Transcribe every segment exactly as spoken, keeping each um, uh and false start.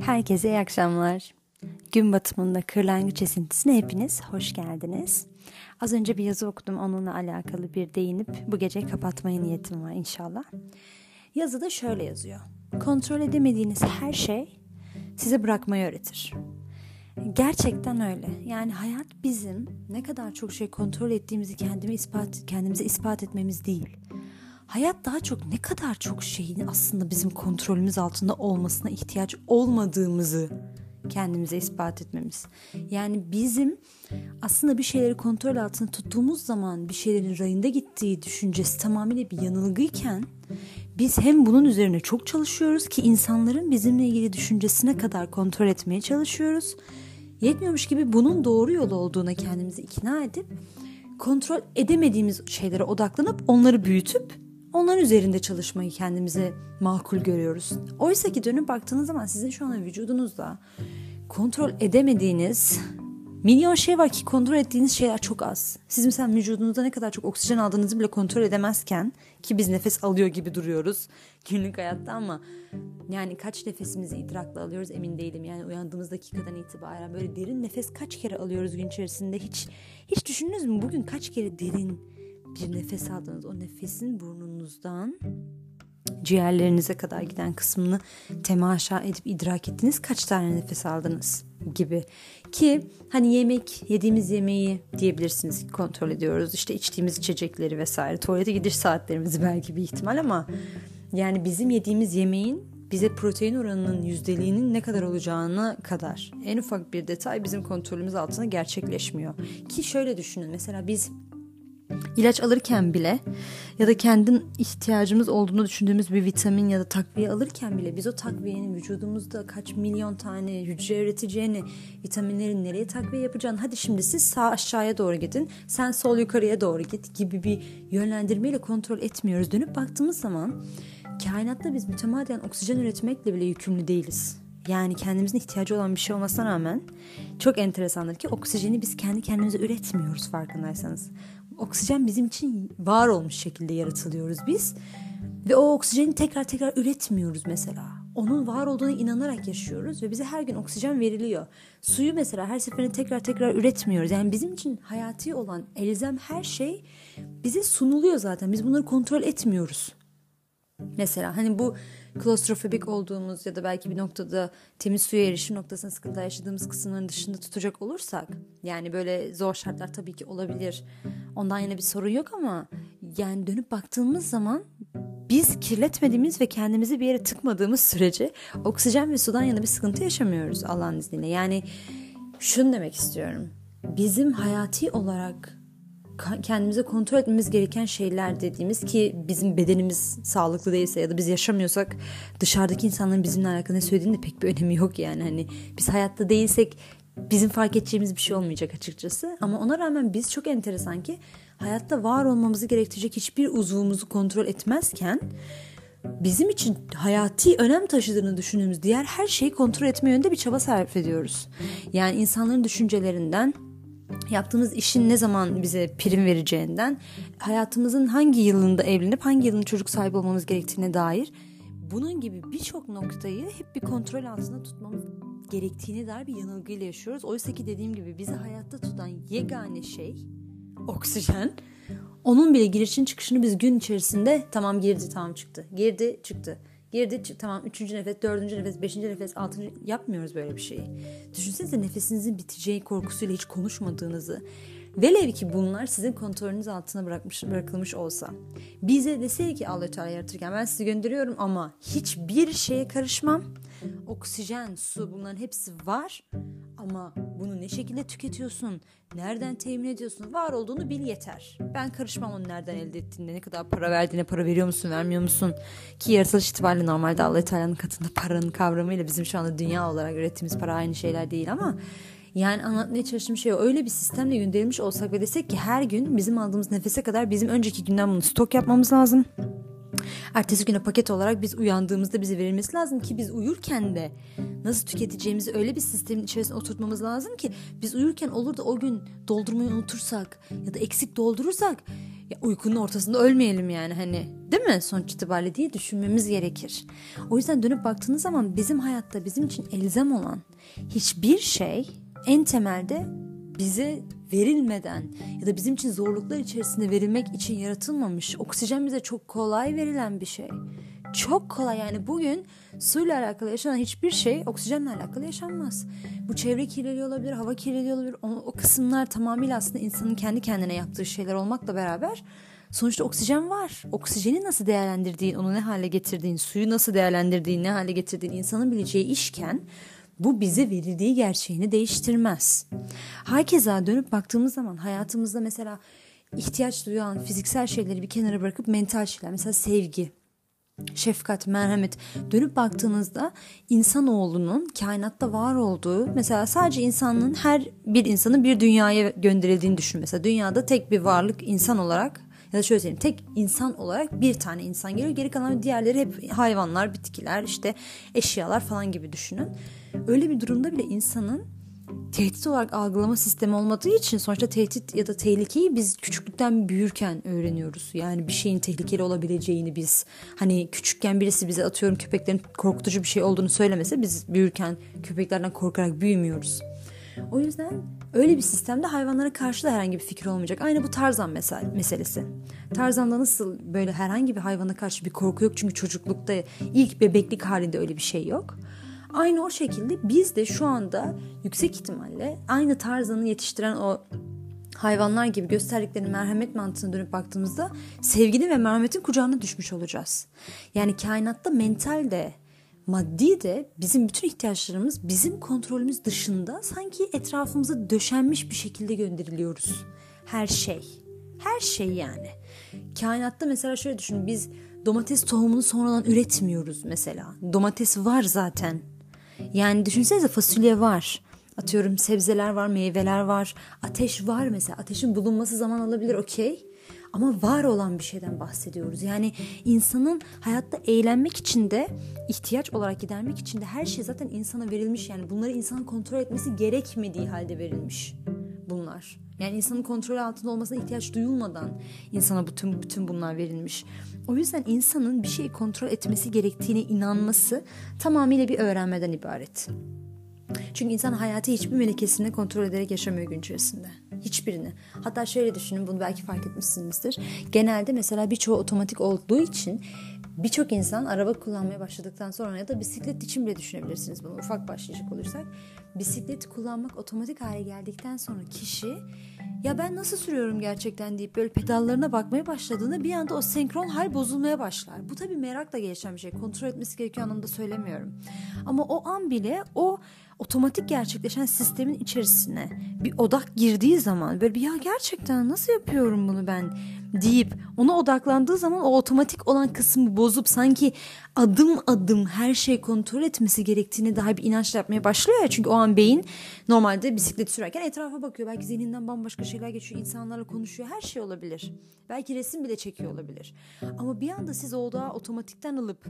Herkese iyi akşamlar. Gün batımında kırlangıç esintisine hepiniz hoş geldiniz. Az önce bir yazı okudum, onunla alakalı bir değinip bu gece kapatmaya niyetim var inşallah. Yazıda şöyle yazıyor. Kontrol edemediğiniz her şey size bırakmayı öğretir. Gerçekten öyle. Yani hayat bizim ne kadar çok şey kontrol ettiğimizi kendime ispat, kendimize ispat etmemiz değil. Hayat daha çok ne kadar çok şeyin aslında bizim kontrolümüz altında olmasına ihtiyaç olmadığımızı kendimize ispat etmemiz. Yani bizim aslında bir şeyleri kontrol altında tuttuğumuz zaman bir şeylerin rayında gittiği düşüncesi tamamıyla bir yanılgıyken biz hem bunun üzerine çok çalışıyoruz ki insanların bizimle ilgili düşüncesine kadar kontrol etmeye çalışıyoruz. Yetmiyormuş gibi bunun doğru yol olduğuna kendimizi ikna edip kontrol edemediğimiz şeylere odaklanıp onları büyütüp onların üzerinde çalışmayı kendimize makul görüyoruz. Oysa ki dönüp baktığınız zaman sizin şu anda vücudunuzda kontrol edemediğiniz milyon şey var ki kontrol ettiğiniz şeyler çok az. Siz mesela vücudunuzda ne kadar çok oksijen aldığınızı bile kontrol edemezken ki biz nefes alıyor gibi duruyoruz günlük hayatta ama yani kaç nefesimizi idrakla alıyoruz emin değilim. Yani uyandığımız dakikadan itibaren böyle derin nefes kaç kere alıyoruz gün içerisinde hiç hiç düşündünüz mü bugün kaç kere derin bir nefes aldınız? O nefesin burnunuzdan ciğerlerinize kadar giden kısmını temaşa edip idrak ettiniz. Kaç tane nefes aldınız gibi. Ki hani yemek, yediğimiz yemeği diyebilirsiniz ki kontrol ediyoruz. İşte içtiğimiz içecekleri vesaire. Tuvalete gidiş saatlerimizi belki bir ihtimal ama yani bizim yediğimiz yemeğin bize protein oranının yüzdeliğinin ne kadar olacağına kadar en ufak bir detay bizim kontrolümüz altında gerçekleşmiyor. Ki şöyle düşünün, mesela biz İlaç alırken bile ya da kendi ihtiyacımız olduğunu düşündüğümüz bir vitamin ya da takviye alırken bile biz o takviyenin vücudumuzda kaç milyon tane hücre üreteceğini, vitaminlerin nereye takviye yapacağını, hadi şimdi siz sağ aşağıya doğru gidin, sen sol yukarıya doğru git gibi bir yönlendirmeyle kontrol etmiyoruz. Dönüp baktığımız zaman kainatta biz mütemadiyen oksijen üretmekle bile yükümlü değiliz. Yani kendimizin ihtiyacı olan bir şey olmasına rağmen çok enteresandır ki oksijeni biz kendi kendimize üretmiyoruz farkındaysanız. Oksijen bizim için var olmuş şekilde yaratılıyoruz biz ve o oksijeni tekrar tekrar üretmiyoruz mesela. Onun var olduğuna inanarak yaşıyoruz ve bize her gün oksijen veriliyor. Suyu mesela her seferinde tekrar tekrar üretmiyoruz. Yani bizim için hayati olan elzem her şey bize sunuluyor zaten. Biz bunları kontrol etmiyoruz. Mesela hani bu klostrofobik olduğumuz ya da belki bir noktada temiz suya erişim noktasında sıkıntı yaşadığımız kısımların dışında tutacak olursak, yani böyle zor şartlar tabii ki olabilir, ondan yana bir sorun yok ama yani dönüp baktığımız zaman biz kirletmediğimiz ve kendimizi bir yere tıkmadığımız sürece oksijen ve sudan yana bir sıkıntı yaşamıyoruz Allah'ın izniyle. Yani şunu demek istiyorum, bizim hayati olarak kendimize kontrol etmemiz gereken şeyler dediğimiz, ki bizim bedenimiz sağlıklı değilse ya da biz yaşamıyorsak dışarıdaki insanların bizimle alakalı ne söylediğinin de pek bir önemi yok yani. Hani biz hayatta değilsek bizim fark edeceğimiz bir şey olmayacak açıkçası. Ama ona rağmen biz çok enteresan ki hayatta var olmamızı gerektirecek hiçbir uzvumuzu kontrol etmezken bizim için hayati önem taşıdığını düşündüğümüz diğer her şeyi kontrol etme yönünde bir çaba sarf ediyoruz. Yani insanların düşüncelerinden, yaptığımız işin ne zaman bize prim vereceğinden, hayatımızın hangi yılında evlenip hangi yılında çocuk sahibi olmamız gerektiğine dair bunun gibi birçok noktayı hep bir kontrol altında tutmamız gerektiğine dair bir yanılgıyla yaşıyoruz. Oysa ki dediğim gibi bizi hayatta tutan yegane şey oksijen. Onun bile girişin çıkışını biz gün içerisinde tamam girdi tamam çıktı, girdi çıktı. Girdi çık, tamam üçüncü nefes, dördüncü nefes, beşinci nefes, altıncı yapmıyoruz böyle bir şeyi. Düşünsenize nefesinizin biteceği korkusuyla hiç konuşmadığınızı. Velev ki bunlar sizin kontrolünüz altına bırakmış, bırakılmış olsa. Bize deseydi ki Allah-u Teala yaratırken ben sizi gönderiyorum ama hiçbir şeye karışmam. Oksijen, su, bunların hepsi var ama bunu ne şekilde tüketiyorsun, nereden temin ediyorsun, var olduğunu bil yeter. Ben karışmam onun nereden elde ettiğine, ne kadar para verdiğine, para veriyor musun, vermiyor musun? Ki yaratılış itibariyle normalde Allah-u Teala'nın katında paranın kavramıyla bizim şu anda dünya olarak ürettiğimiz para aynı şeyler değil ama yani anlatmaya çalıştığım şey o. Öyle bir sistemle gönderilmiş olsak ve desek ki her gün bizim aldığımız nefese kadar bizim önceki günden bunu stok yapmamız lazım. Ertesi güne paket olarak biz uyandığımızda bize verilmesi lazım ki biz uyurken de nasıl tüketeceğimizi öyle bir sistemin içerisine oturtmamız lazım ki biz uyurken olur da o gün doldurmayı unutursak ya da eksik doldurursak Ya uykunun ortasında ölmeyelim yani, hani değil mi, sonuç itibariyle diye düşünmemiz gerekir. O yüzden dönüp baktığınız zaman bizim hayatta bizim için elzem olan hiçbir şey en temelde bize verilmeden ya da bizim için zorluklar içerisinde verilmek için yaratılmamış. Oksijen bize çok kolay verilen bir şey. Çok kolay yani, bugün suyla alakalı yaşanan hiçbir şey oksijenle alakalı yaşanmaz. Bu çevre kirliliği olabilir, hava kirliliği olabilir. O, o kısımlar tamamıyla aslında insanın kendi kendine yaptığı şeyler olmakla beraber sonuçta oksijen var. Oksijeni nasıl değerlendirdiğin, onu ne hale getirdiğin, suyu nasıl değerlendirdiğin, ne hale getirdiğin insanın bileceği işken bu bize verildiği gerçeğini değiştirmez. Hakeza dönüp baktığımız zaman hayatımızda mesela ihtiyaç duyan fiziksel şeyleri bir kenara bırakıp mental şeyler, mesela sevgi, şefkat, merhamet, dönüp baktığınızda insanoğlunun kainatta var olduğu, mesela sadece insanlığın her bir insanın bir dünyaya gönderildiğini düşün. Mesela dünyada tek bir varlık insan olarak, ya da şöyle söyleyeyim, tek insan olarak bir tane insan geliyor. Geri kalan diğerleri hep hayvanlar, bitkiler, işte eşyalar falan gibi düşünün. Öyle bir durumda bile insanın tehdit olarak algılama sistemi olmadığı için sonuçta tehdit ya da tehlikeyi biz küçüklükten büyürken öğreniyoruz. Yani bir şeyin tehlikeli olabileceğini biz, hani küçükken birisi bize atıyorum köpeklerin korkutucu bir şey olduğunu söylemese biz büyürken köpeklerden korkarak büyümüyoruz. O yüzden öyle bir sistemde hayvanlara karşı da herhangi bir fikir olmayacak. Aynı bu Tarzan mesele, meselesi. Tarzan'da nasıl böyle herhangi bir hayvana karşı bir korku yok, çünkü çocuklukta ilk bebeklik halinde öyle bir şey yok. Aynı o şekilde biz de şu anda yüksek ihtimalle aynı Tarzan'ı yetiştiren o hayvanlar gibi gösterdikleri merhamet mantığına dönüp baktığımızda sevginin ve merhametin kucağına düşmüş olacağız. Yani kainatta mental de maddi de bizim bütün ihtiyaçlarımız bizim kontrolümüz dışında sanki etrafımıza döşenmiş bir şekilde gönderiliyoruz. Her şey. Her şey yani. Kainatta mesela şöyle düşünün, biz domates tohumunu sonradan üretmiyoruz mesela. Domates var zaten. Yani düşünsenize, fasulye var. Atıyorum sebzeler var, meyveler var. Ateş var mesela. Ateşin bulunması zaman alabilir, okey. Ama var olan bir şeyden bahsediyoruz. Yani insanın hayatta eğlenmek için de, ihtiyaç olarak gidermek için de her şey zaten insana verilmiş. Yani bunları insanın kontrol etmesi gerekmediği halde verilmiş bunlar. Yani insanın kontrol altında olmasına ihtiyaç duyulmadan insana bütün bütün bunlar verilmiş. O yüzden insanın bir şeyi kontrol etmesi gerektiğine inanması tamamıyla bir öğrenmeden ibaret. Çünkü insan hayatı hiçbir melekesini kontrol ederek yaşamıyor gün içerisinde. Hiçbirini. Hatta şöyle düşünün, bunu belki fark etmişsinizdir. Genelde mesela birçoğu otomatik olduğu için birçok insan araba kullanmaya başladıktan sonra, ya da bisiklet için bile düşünebilirsiniz bunu, ufak başlayacak olursak. Bisikleti kullanmak otomatik hale geldikten sonra kişi, ya ben nasıl sürüyorum gerçekten deyip böyle pedallarına bakmaya başladığında bir anda o senkron hal bozulmaya başlar. Bu tabii merakla gelişen bir şey. Kontrol etmesi gerekiyor anlamda söylemiyorum. Ama o an bile o otomatik gerçekleşen sistemin içerisine bir odak girdiği zaman böyle bir, ya gerçekten nasıl yapıyorum bunu ben deyip ona odaklandığı zaman o otomatik olan kısmı bozup sanki adım adım her şeyi kontrol etmesi gerektiğini daha bir inançla yapmaya başlıyor ya. Çünkü o an beyin normalde bisiklet sürerken etrafa bakıyor. Belki zihninden bambaşka şeyler geçiyor. İnsanlarla konuşuyor. Her şey olabilir. Belki resim bile çekiyor olabilir. Ama bir anda siz o odağı otomatikten alıp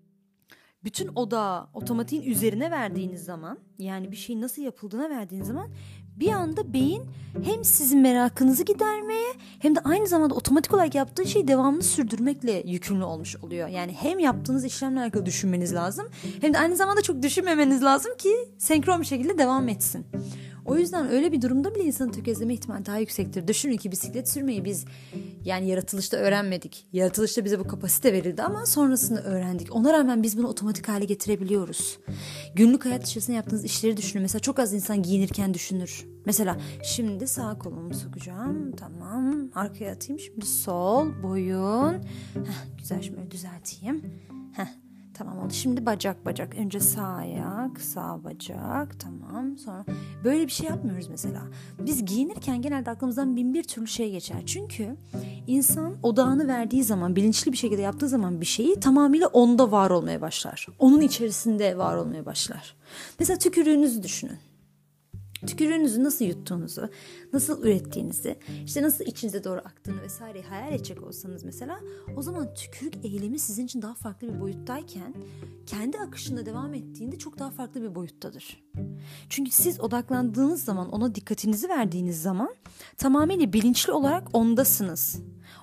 bütün odağı otomatiğin üzerine verdiğiniz zaman, yani bir şeyin nasıl yapıldığına verdiğiniz zaman, bir anda beyin hem sizin merakınızı gidermeye hem de aynı zamanda otomatik olarak yaptığı şeyi devamlı sürdürmekle yükümlü olmuş oluyor. Yani hem yaptığınız işlemle alakalı düşünmeniz lazım, hem de aynı zamanda çok düşünmemeniz lazım ki senkron bir şekilde devam etsin. O yüzden öyle bir durumda bile insanın tökezleme ihtimali daha yüksektir. Düşünün ki bisiklet sürmeyi biz yani yaratılışta öğrenmedik. Yaratılışta bize bu kapasite verildi ama sonrasında öğrendik. Ona rağmen biz bunu otomatik hale getirebiliyoruz. Günlük hayat içerisinde yaptığınız işleri düşünün. Mesela çok az insan giyinirken düşünür. Mesela şimdi sağ kolumu sokacağım. Tamam. Arkaya atayım. Şimdi sol, boyun. Heh, güzel, şöyle düzelteyim. Heh. Tamam oldu. Şimdi bacak bacak. Önce sağ ayak, sağ bacak. Tamam. Sonra böyle bir şey yapmıyoruz mesela. Biz giyinirken genelde aklımızdan bin bir türlü şey geçer. Çünkü insan odağını verdiği zaman, bilinçli bir şekilde yaptığı zaman bir şeyi tamamıyla onda var olmaya başlar. Onun içerisinde var olmaya başlar. Mesela tükürüğünüzü düşünün. Tükürüğünüzü nasıl yuttuğunuzu, nasıl ürettiğinizi, işte nasıl içinize doğru aktığını vesaireyi hayal edecek olsanız mesela, o zaman tükürük eylemi sizin için daha farklı bir boyuttayken kendi akışında devam ettiğinde çok daha farklı bir boyuttadır. Çünkü siz odaklandığınız zaman, ona dikkatinizi verdiğiniz zaman tamamıyla bilinçli olarak ondasınız.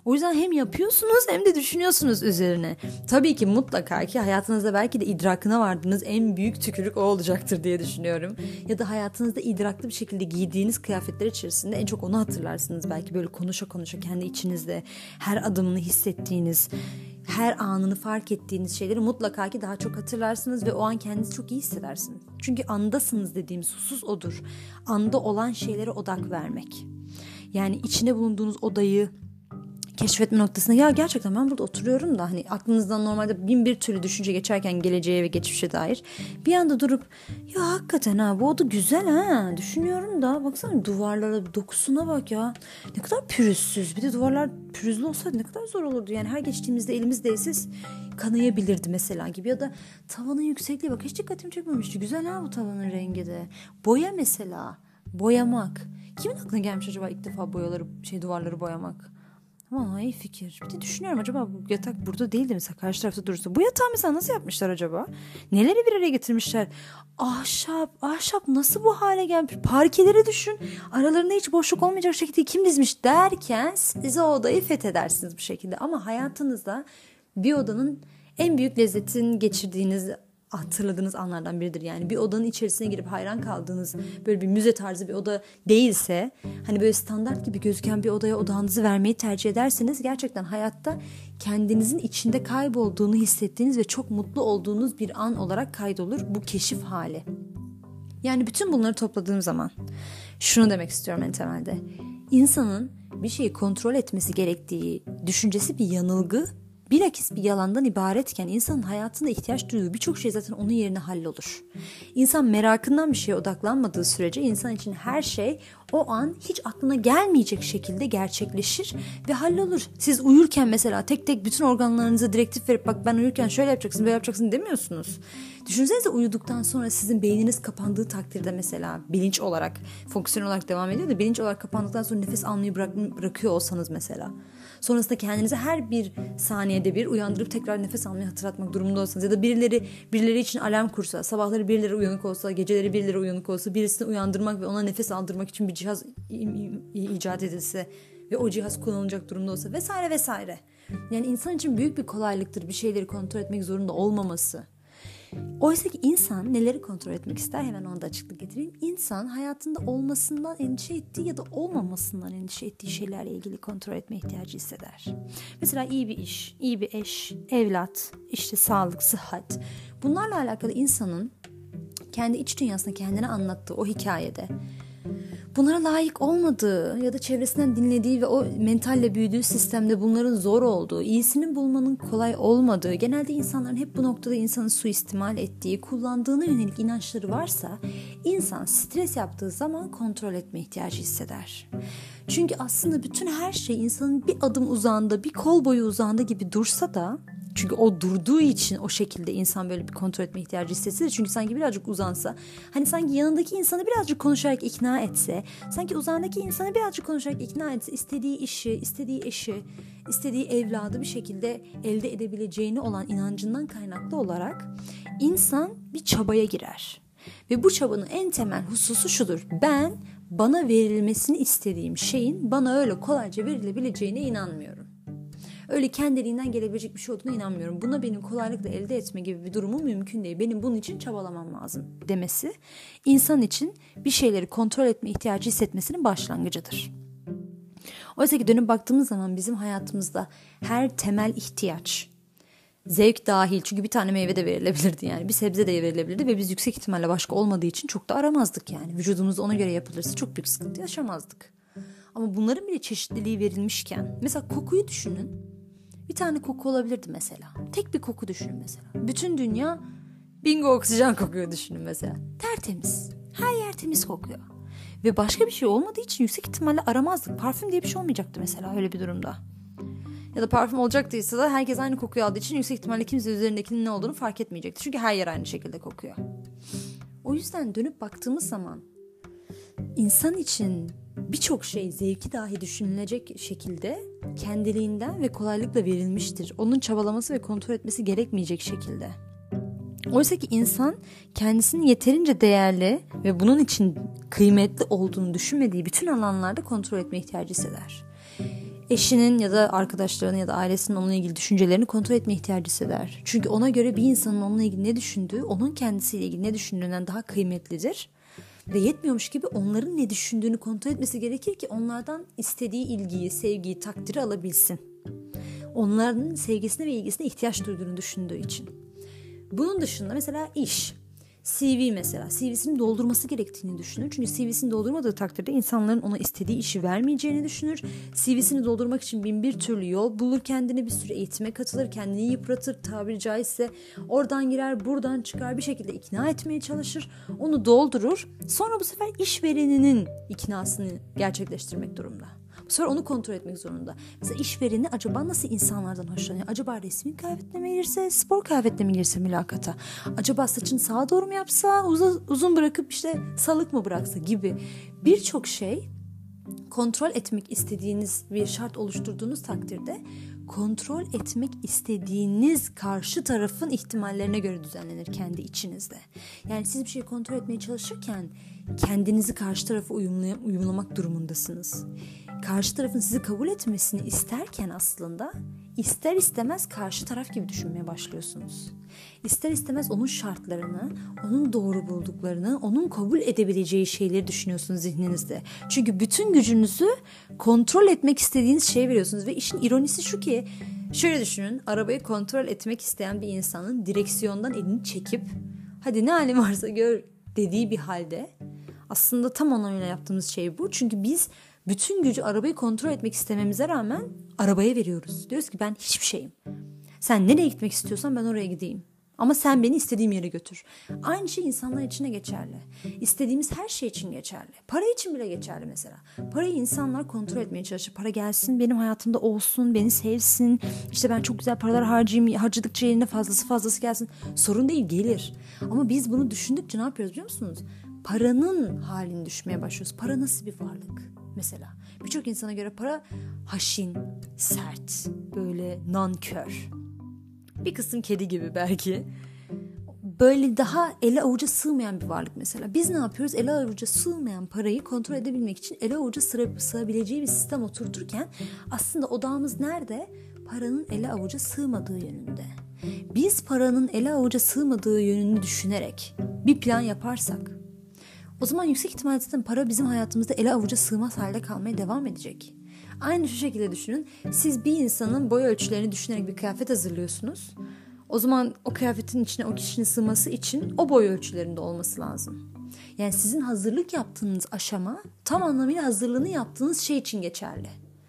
O yüzden hem yapıyorsunuz hem de düşünüyorsunuz üzerine. Tabii ki mutlaka ki hayatınızda belki de idrakına vardığınız en büyük tükürük o olacaktır diye düşünüyorum. Ya da hayatınızda idraklı bir şekilde giydiğiniz kıyafetler içerisinde en çok onu hatırlarsınız. Belki böyle konuşa konuşa kendi içinizde her adımını hissettiğiniz, her anını fark ettiğiniz şeyleri mutlaka ki daha çok hatırlarsınız ve o an kendinizi çok iyi hissedersiniz. Çünkü andasınız dediğimiz husus odur. Anda olan şeylere odak vermek. Yani içinde bulunduğunuz odayı keşfetme noktasında ya gerçekten ben burada oturuyorum da hani aklınızdan normalde bin bir türlü düşünce geçerken geleceğe ve geçmişe dair bir anda durup ya hakikaten ha bu oda güzel ha düşünüyorum da baksana duvarlara dokusuna bak ya ne kadar pürüzsüz, bir de duvarlar pürüzlü olsaydı ne kadar zor olurdu yani her geçtiğimizde elimiz değsiz kanayabilirdi mesela gibi. Ya da tavanın yüksekliği bak hiç dikkatimi çekmemişti, güzel ha bu tavanın rengi de. Boya mesela, boyamak, kimin aklına gelmiş acaba ilk defa boyaları şey duvarları boyamak? Ama iyi fikir. Bir de düşünüyorum acaba bu yatak burada değildi mesela karşı tarafta durursa. Bu yatağı mesela nasıl yapmışlar acaba? Neleri bir araya getirmişler? Ahşap, ahşap nasıl bu hale gelmiş? Parkeleri düşün. Aralarında hiç boşluk olmayacak şekilde kim dizmiş derken siz o odayı fethedersiniz bu şekilde. Ama hayatınızda bir odanın en büyük lezzetini geçirdiğiniz, hatırladığınız anlardan biridir. Yani bir odanın içerisine girip hayran kaldığınız böyle bir müze tarzı bir oda değilse, hani böyle standart gibi gözüken bir odaya odağınızı vermeyi tercih ederseniz gerçekten hayatta kendinizin içinde kaybolduğunu hissettiğiniz ve çok mutlu olduğunuz bir an olarak kaydolur bu keşif hali. Yani bütün bunları topladığım zaman şunu demek istiyorum en temelde. İnsanın bir şeyi kontrol etmesi gerektiği düşüncesi bir yanılgı, bilakis bir yalandan ibaretken insanın hayatında ihtiyaç duyduğu birçok şey zaten onun yerine hallolur. İnsan merakından bir şeye odaklanmadığı sürece insan için her şey o an hiç aklına gelmeyecek şekilde gerçekleşir ve hallolur. Siz uyurken mesela tek tek bütün organlarınıza direktif verip bak ben uyurken şöyle yapacaksın böyle yapacaksın demiyorsunuz. Düşünsenize uyuduktan sonra sizin beyniniz kapandığı takdirde mesela bilinç olarak fonksiyon olarak devam ediyor da bilinç olarak kapandıktan sonra nefes almayı bırak, bırakıyor olsanız mesela. Sonrasında kendinizi her bir saniyede bir uyandırıp tekrar nefes almayı hatırlatmak durumunda olsanız ya da birileri birileri için alarm kursa, sabahları birileri uyanık olsa, geceleri birileri uyanık olsa, birisini uyandırmak ve ona nefes aldırmak için bir cihaz icat edilse ve o cihaz kullanılacak durumda olsa vesaire vesaire. Yani insan için büyük bir kolaylıktır bir şeyleri kontrol etmek zorunda olmaması. Oysa ki insan neleri kontrol etmek ister? Hemen ona da açıklık getireyim. İnsan hayatında olmasından endişe ettiği ya da olmamasından endişe ettiği şeylerle ilgili kontrol etme ihtiyacı hisseder. Mesela iyi bir iş, iyi bir eş, evlat, işte sağlık, sıhhat. Bunlarla alakalı insanın kendi iç dünyasında kendine anlattığı o hikayede bunlara layık olmadığı ya da çevresinden dinlediği ve o mentalle büyüdüğü sistemde bunların zor olduğu, iyisini bulmanın kolay olmadığı, genelde insanların hep bu noktada insanı suistimal ettiği, kullandığına yönelik inançları varsa insan stres yaptığı zaman kontrol etme ihtiyacı hisseder. Çünkü aslında bütün her şey insanın bir adım uzağında, bir kol boyu uzağında gibi dursa da, çünkü o durduğu için o şekilde insan böyle bir kontrol etme ihtiyacı hissetse de, çünkü sanki birazcık uzansa, hani sanki yanındaki insanı birazcık konuşarak ikna etse, sanki uzağındaki insanı birazcık konuşarak ikna etse, istediği işi, istediği eşi, istediği evladı bir şekilde elde edebileceğini olan inancından kaynaklı olarak insan bir çabaya girer. Ve bu çabanın en temel hususu şudur: ben bana verilmesini istediğim şeyin bana öyle kolayca verilebileceğine inanmıyorum. Öyle kendiliğinden gelebilecek bir şey olduğuna inanmıyorum. Buna benim kolaylıkla elde etme gibi bir durumum mümkün değil. Benim bunun için çabalamam lazım demesi insan için bir şeyleri kontrol etme ihtiyacı hissetmesinin başlangıcıdır. Oysa ki dönüp baktığımız zaman bizim hayatımızda her temel ihtiyaç, zevk dahil, çünkü bir tane meyve de verilebilirdi yani, bir sebze de verilebilirdi ve biz yüksek ihtimalle başka olmadığı için çok da aramazdık yani. Vücudumuz ona göre yapılırsa çok büyük sıkıntı yaşamazdık. Ama bunların bile çeşitliliği verilmişken, mesela kokuyu düşünün. Bir tane koku olabilirdi mesela. Tek bir koku düşünün mesela. Bütün dünya bingo oksijen kokuyor düşünün mesela. Tertemiz. Her yer temiz kokuyor. Ve başka bir şey olmadığı için yüksek ihtimalle aramazdık. Parfüm diye bir şey olmayacaktı mesela öyle bir durumda. Ya da parfüm olacaktıysa da herkes aynı kokuyu aldığı için yüksek ihtimalle kimse üzerindekinin ne olduğunu fark etmeyecekti. Çünkü her yer aynı şekilde kokuyor. O yüzden dönüp baktığımız zaman insan için birçok şey zevki dahi düşünülecek şekilde kendiliğinden ve kolaylıkla verilmiştir. Onun çabalaması ve kontrol etmesi gerekmeyecek şekilde. Oysa ki insan kendisinin yeterince değerli ve bunun için kıymetli olduğunu düşünmediği bütün alanlarda kontrol etme ihtiyacı hisseder. eşinin ya da arkadaşlarının ya da ailesinin onunla ilgili düşüncelerini kontrol etme ihtiyacı hisseder. Çünkü ona göre bir insanın onunla ilgili ne düşündüğü, onun kendisiyle ilgili ne düşündüğünden daha kıymetlidir. Ve yetmiyormuş gibi onların ne düşündüğünü kontrol etmesi gerekir ki onlardan istediği ilgiyi, sevgiyi, takdiri alabilsin. Onların sevgisine ve ilgisine ihtiyaç duyduğunu düşündüğü için. Bunun dışında mesela iş, C V mesela, C V'sini doldurması gerektiğini düşünür. Çünkü C V'sini doldurmadığı takdirde insanların ona istediği işi vermeyeceğini düşünür. C V'sini doldurmak için bin bir türlü yol bulur, kendine bir sürü eğitime katılır, kendini yıpratır, tabiri caizse oradan girer, buradan çıkar, bir şekilde ikna etmeye çalışır. Onu doldurur. Sonra bu sefer işvereninin iknasını gerçekleştirmek durumunda. Bu sefer onu kontrol etmek zorunda. Mesela işvereni acaba nasıl insanlardan hoşlanıyor? Acaba resmi kıyafetle mi girse, spor kıyafetle mi girse mülakata? Acaba saçını sağa doğru mu yapsa, uzun, uzun bırakıp işte salık mı bıraksa gibi birçok şey kontrol etmek istediğiniz bir şart oluşturduğunuz takdirde kontrol etmek istediğiniz karşı tarafın ihtimallerine göre düzenlenir kendi içinizde. Yani siz bir şeyi kontrol etmeye çalışırken kendinizi karşı tarafa uyumlay- uyumlamak durumundasınız. Karşı tarafın sizi kabul etmesini isterken aslında ister istemez karşı taraf gibi düşünmeye başlıyorsunuz. İster istemez onun şartlarını, onun doğru bulduklarını, onun kabul edebileceği şeyleri düşünüyorsunuz zihninizde. Çünkü bütün gücünüzü kontrol etmek istediğiniz şeye veriyorsunuz ve işin ironisi şu ki, şöyle düşünün, arabayı kontrol etmek isteyen bir insanın direksiyondan elini çekip hadi ne halin varsa gör dediği bir halde aslında tam anlamıyla yaptığımız şey bu. Çünkü biz bütün gücü arabayı kontrol etmek istememize rağmen arabaya veriyoruz. Diyoruz ki ben hiçbir şeyim. Sen nereye gitmek istiyorsan ben oraya gideyim. Ama sen beni istediğim yere götür. Aynı şey insanlar için de geçerli. İstediğimiz her şey için geçerli. Para için bile geçerli mesela. Parayı insanlar kontrol etmeye çalışır. Para gelsin, benim hayatımda olsun, beni sevsin. İşte ben çok güzel paralar harcayayım, harcadıkça yerine fazlası fazlası gelsin. Sorun değil, gelir. Ama biz bunu düşündükçe ne yapıyoruz biliyor musunuz? Paranın halini düşmeye başlıyoruz. Para nasıl bir varlık? Mesela birçok insana göre para haşin, sert, böyle nankör. Bir kısım kedi gibi belki. Böyle daha ele avuca sığmayan bir varlık mesela. Biz ne yapıyoruz? Ele avuca sığmayan parayı kontrol edebilmek için ele avuca sıra, sığabileceği bir sistem oturturken aslında odağımız nerede? Paranın ele avuca sığmadığı yönünde. Biz paranın ele avuca sığmadığı yönünü düşünerek bir plan yaparsak o zaman yüksek ihtimalle zaten para bizim hayatımızda ele avuca sığmaz halde kalmaya devam edecek. Aynı şu şekilde düşünün. Siz bir insanın boy ölçülerini düşünerek bir kıyafet hazırlıyorsunuz. O zaman o kıyafetin içine o kişinin sığması için o boy ölçülerinde olması lazım. Yani sizin hazırlık yaptığınız aşama tam anlamıyla hazırlığını yaptığınız şey için geçerli.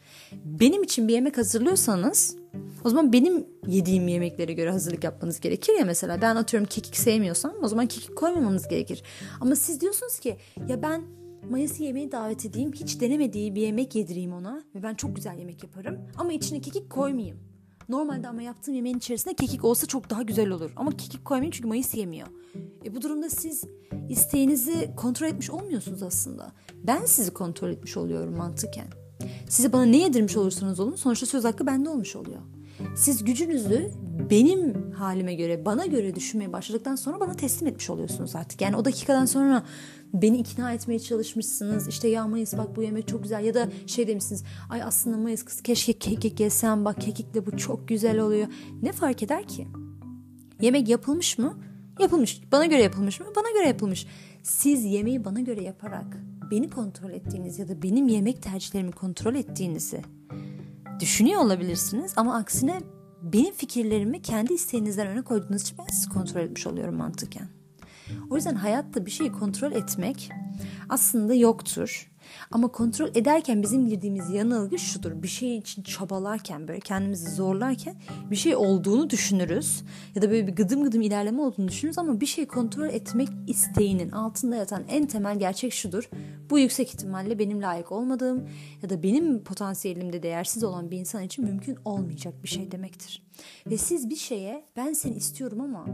Benim için bir yemek hazırlıyorsanız o zaman benim yediğim yemeklere göre hazırlık yapmanız gerekir ya mesela. Ben atıyorum kekik sevmiyorsam o zaman kekik koymamanız gerekir. Ama siz diyorsunuz ki ya ben Mayas'ı yemeğe davet edeyim, hiç denemediği bir yemek yedireyim ona ve ben çok güzel yemek yaparım ama içine kekik koymayayım. Normalde ama yaptığım yemeğin içerisinde kekik olsa çok daha güzel olur ama kekik koymayayım çünkü Mayıs yemiyor. E bu durumda siz isteğinizi kontrol etmiş olmuyorsunuz aslında. Ben sizi kontrol etmiş oluyorum mantıken. Size bana ne yedirmiş olursanız olun sonuçta söz hakkı bende olmuş oluyor. Siz gücünüzü benim halime göre, bana göre düşünmeye başladıktan sonra bana teslim etmiş oluyorsunuz artık. Yani o dakikadan sonra beni ikna etmeye çalışmışsınız. İşte ya Mayıs bak bu yemek çok güzel ya da şey demişsiniz. Ay aslında Mayıs kız keşke kekik yesem, bak kekikle bu çok güzel oluyor. Ne fark eder ki? Yemek yapılmış mı? Yapılmış. Bana göre yapılmış mı? Bana göre yapılmış. Siz yemeği bana göre yaparak beni kontrol ettiğiniz ya da benim yemek tercihlerimi kontrol ettiğinizi düşünüyor olabilirsiniz ama aksine benim fikirlerimi kendi isteğinizden öne koyduğunuz için ben sizi kontrol etmiş oluyorum mantıken. O yüzden hayatta bir şeyi kontrol etmek aslında yoktur. Ama kontrol ederken bizim girdiğimiz yanılgı şudur. Bir şey için çabalarken, böyle kendimizi zorlarken bir şey olduğunu düşünürüz. Ya da böyle bir gıdım gıdım ilerleme olduğunu düşünürüz ama bir şeyi kontrol etmek isteğinin altında yatan en temel gerçek şudur. Bu yüksek ihtimalle benim layık olmadığım ya da benim potansiyelimde değersiz olan bir insan için mümkün olmayacak bir şey demektir. Ve siz bir şeye ben seni istiyorum ama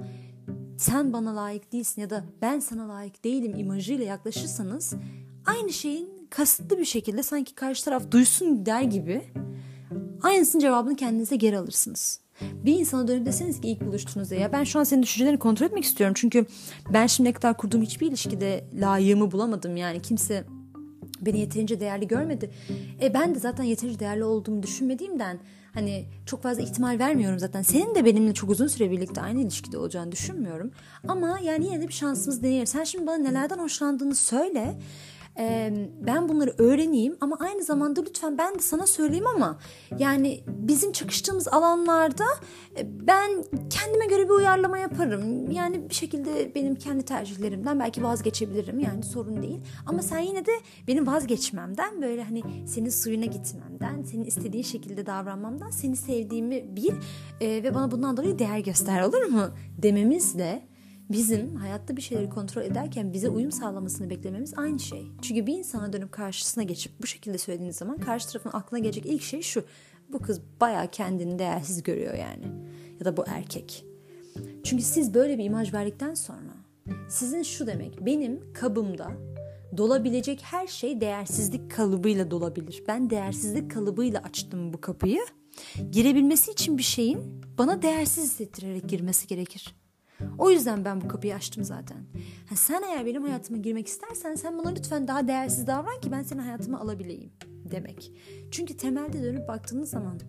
sen bana layık değilsin ya da ben sana layık değilim imajıyla yaklaşırsanız aynı şeyin kasıtlı bir şekilde sanki karşı taraf duysun der gibi aynısının cevabını kendinize geri alırsınız. Bir insana dönüp deseniz ki ilk buluştuğunuzda ya ben şu an senin düşüncelerini kontrol etmek istiyorum çünkü ben şimdiye kadar kurduğum hiçbir ilişkide layığımı bulamadım, yani kimse beni yeterince değerli görmedi. E ben de zaten yeterince değerli olduğumu düşünmediğimden hani çok fazla ihtimal vermiyorum zaten. Senin de benimle çok uzun süre birlikte aynı ilişkide olacağını düşünmüyorum. Ama yani yine de bir şansımız deneyelim. Sen şimdi bana nelerden hoşlandığını söyle. Ee, ben bunları öğreneyim ama aynı zamanda lütfen ben de sana söyleyeyim ama yani bizim çakıştığımız alanlarda ben kendime göre bir uyarlama yaparım. Yani bir şekilde benim kendi tercihlerimden belki vazgeçebilirim, yani sorun değil. Ama sen yine de benim vazgeçmemden, böyle hani senin suyuna gitmemden, senin istediğin şekilde davranmamdan, seni sevdiğimi bil e, ve bana bundan dolayı değer göster, olur mu dememizle bizim hayatta bir şeyleri kontrol ederken bize uyum sağlamasını beklememiz aynı şey. Çünkü bir insana dönüp karşısına geçip bu şekilde söylediğiniz zaman karşı tarafın aklına gelecek ilk şey şu: bu kız bayağı kendini değersiz görüyor yani. Ya da bu erkek. Çünkü siz böyle bir imaj verdikten sonra sizin şu demek: benim kabımda dolabilecek her şey değersizlik kalıbıyla dolabilir. Ben değersizlik kalıbıyla açtım bu kapıyı. Girebilmesi için bir şeyin bana değersiz hissettirerek girmesi gerekir. O yüzden ben bu kapıyı açtım zaten. Ha, sen eğer benim hayatıma girmek istersen sen bana lütfen daha değersiz davran ki ben senin hayatıma alabileyim demek. Çünkü temelde dönüp baktığınız zaman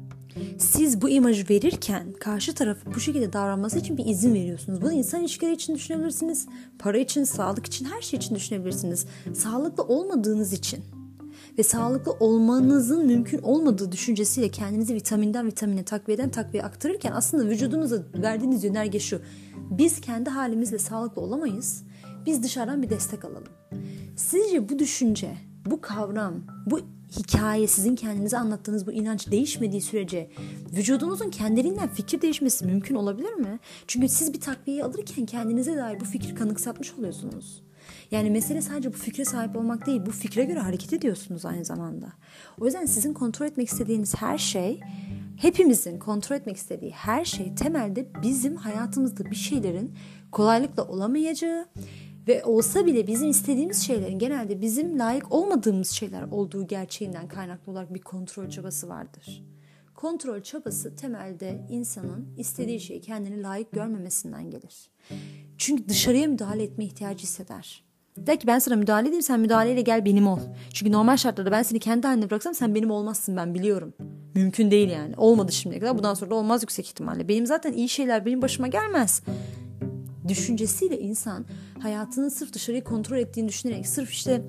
siz bu imajı verirken karşı tarafı bu şekilde davranması için bir izin veriyorsunuz. Bunu insan ilişkileri için düşünebilirsiniz. Para için, sağlık için, her şey için düşünebilirsiniz. Sağlıklı olmadığınız için ve sağlıklı olmanızın mümkün olmadığı düşüncesiyle kendinizi vitaminden vitamine, takviyeden takviye aktarırken aslında vücudunuza verdiğiniz yönerge şu: biz kendi halimizle sağlıklı olamayız, biz dışarıdan bir destek alalım. Sizce bu düşünce, bu kavram, bu hikaye, sizin kendinize anlattığınız bu inanç değişmediği sürece vücudunuzun kendiliğinden fikir değişmesi mümkün olabilir mi? Çünkü siz bir takviyeyi alırken kendinize dair bu fikri kanıksatmış oluyorsunuz. Yani mesele sadece bu fikre sahip olmak değil, bu fikre göre hareket ediyorsunuz aynı zamanda. O yüzden sizin kontrol etmek istediğiniz her şey, hepimizin kontrol etmek istediği her şey temelde bizim hayatımızda bir şeylerin kolaylıkla olamayacağı ve olsa bile bizim istediğimiz şeylerin genelde bizim layık olmadığımız şeyler olduğu gerçeğinden kaynaklı olarak bir kontrol çabası vardır. Kontrol çabası temelde insanın istediği şeyi kendini layık görmemesinden gelir. Çünkü dışarıya müdahale etme ihtiyacı hisseder. Der ki ben sana müdahale edeyim, sen müdahaleyle gel benim ol. Çünkü normal şartlarda ben seni kendi haline bıraksam sen benim olmazsın, ben biliyorum. Mümkün değil yani. Olmadı şimdiye kadar, bundan sonra da olmaz yüksek ihtimalle. Benim zaten iyi şeyler benim başıma gelmez düşüncesiyle insan hayatını sırf dışarıyı kontrol ettiğini düşünerek, sırf işte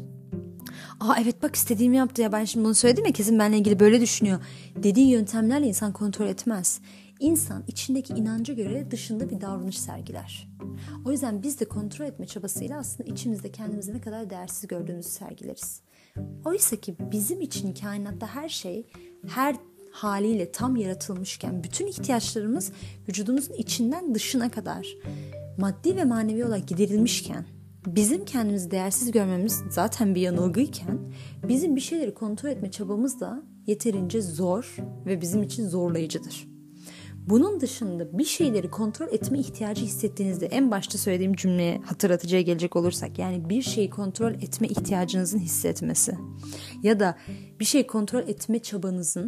aa evet bak istediğimi yaptı ya, ben şimdi bunu söyledim ya kesin benimle ilgili böyle düşünüyor dediği yöntemlerle insan kontrol etmez. İnsan içindeki inanca göre dışında bir davranış sergiler. O yüzden biz de kontrol etme çabasıyla aslında içimizde kendimizi ne kadar değersiz gördüğümüzü sergileriz. Oysa ki bizim için kainatta her şey her haliyle tam yaratılmışken, bütün ihtiyaçlarımız vücudumuzun içinden dışına kadar maddi ve manevi olarak giderilmişken, bizim kendimizi değersiz görmemiz zaten bir yanılgıyken, bizim bir şeyleri kontrol etme çabamız da yeterince zor ve bizim için zorlayıcıdır. Bunun dışında bir şeyleri kontrol etme ihtiyacı hissettiğinizde, en başta söylediğim cümleye hatırlatıcıya gelecek olursak, yani bir şeyi kontrol etme ihtiyacınızın hissetmesi ya da bir şeyi kontrol etme çabanızın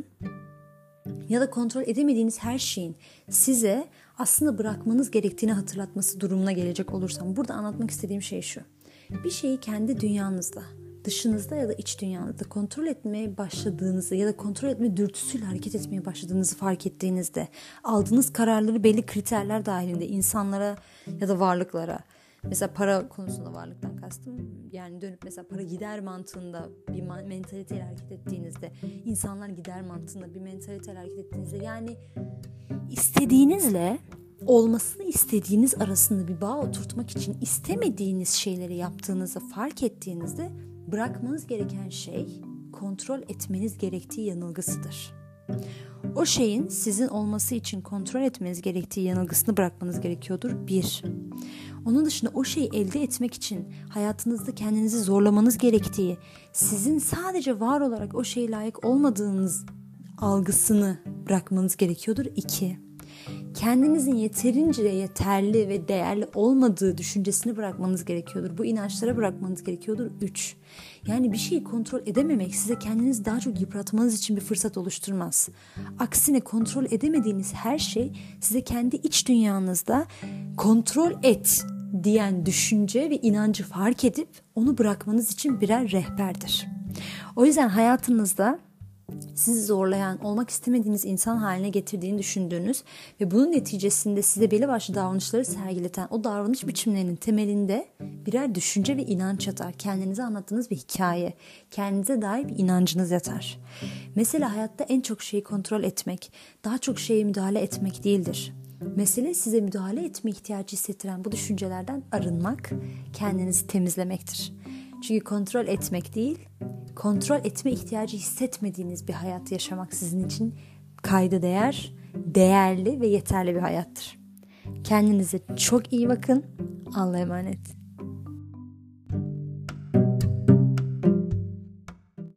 ya da kontrol edemediğiniz her şeyin size aslında bırakmanız gerektiğini hatırlatması durumuna gelecek olursam, burada anlatmak istediğim şey şu: bir şeyi kendi dünyanızda, dışınızda ya da iç dünyanızda kontrol etmeye başladığınızı ya da kontrol etme dürtüsüyle hareket etmeye başladığınızı fark ettiğinizde, aldığınız kararları belli kriterler dahilinde insanlara ya da varlıklara, mesela para konusunda varlıktan kastım, yani dönüp mesela para gider mantığında bir mentaliteyle hareket ettiğinizde, insanlar gider mantığında bir mentaliteyle hareket ettiğinizde, yani istediğinizle olmasını istediğiniz arasında bir bağ oturtmak için istemediğiniz şeyleri yaptığınızı fark ettiğinizde bırakmanız gereken şey kontrol etmeniz gerektiği yanılgısıdır. O şeyin sizin olması için kontrol etmeniz gerektiği yanılgısını bırakmanız gerekiyordur. Bir. Onun dışında o şeyi elde etmek için hayatınızda kendinizi zorlamanız gerektiği, sizin sadece var olarak o şeye layık olmadığınız algısını bırakmanız gerekiyordur. İki. Kendinizin yeterince yeterli ve değerli olmadığı düşüncesini bırakmanız gerekiyordur. Bu inançlara bırakmanız gerekiyordur. Üç. Yani bir şeyi kontrol edememek size kendinizi daha çok yıpratmanız için bir fırsat oluşturmaz. Aksine kontrol edemediğiniz her şey size kendi iç dünyanızda kontrol et diyen düşünce ve inancı fark edip onu bırakmanız için birer rehberdir. O yüzden hayatınızda sizi zorlayan, olmak istemediğiniz insan haline getirdiğini düşündüğünüz ve bunun neticesinde size belli başlı davranışları sergileten o davranış biçimlerinin temelinde birer düşünce ve inanç yatar. Kendinize anlattığınız bir hikaye, kendinize dair bir inancınız yatar. Mesela hayatta en çok şeyi kontrol etmek, daha çok şeye müdahale etmek değildir. Mesele size müdahale etme ihtiyacı hissettiren bu düşüncelerden arınmak, kendinizi temizlemektir. Çünkü kontrol etmek değil, kontrol etme ihtiyacı hissetmediğiniz bir hayat yaşamak sizin için kayda değer, değerli ve yeterli bir hayattır. Kendinize çok iyi bakın. Allah'a emanet.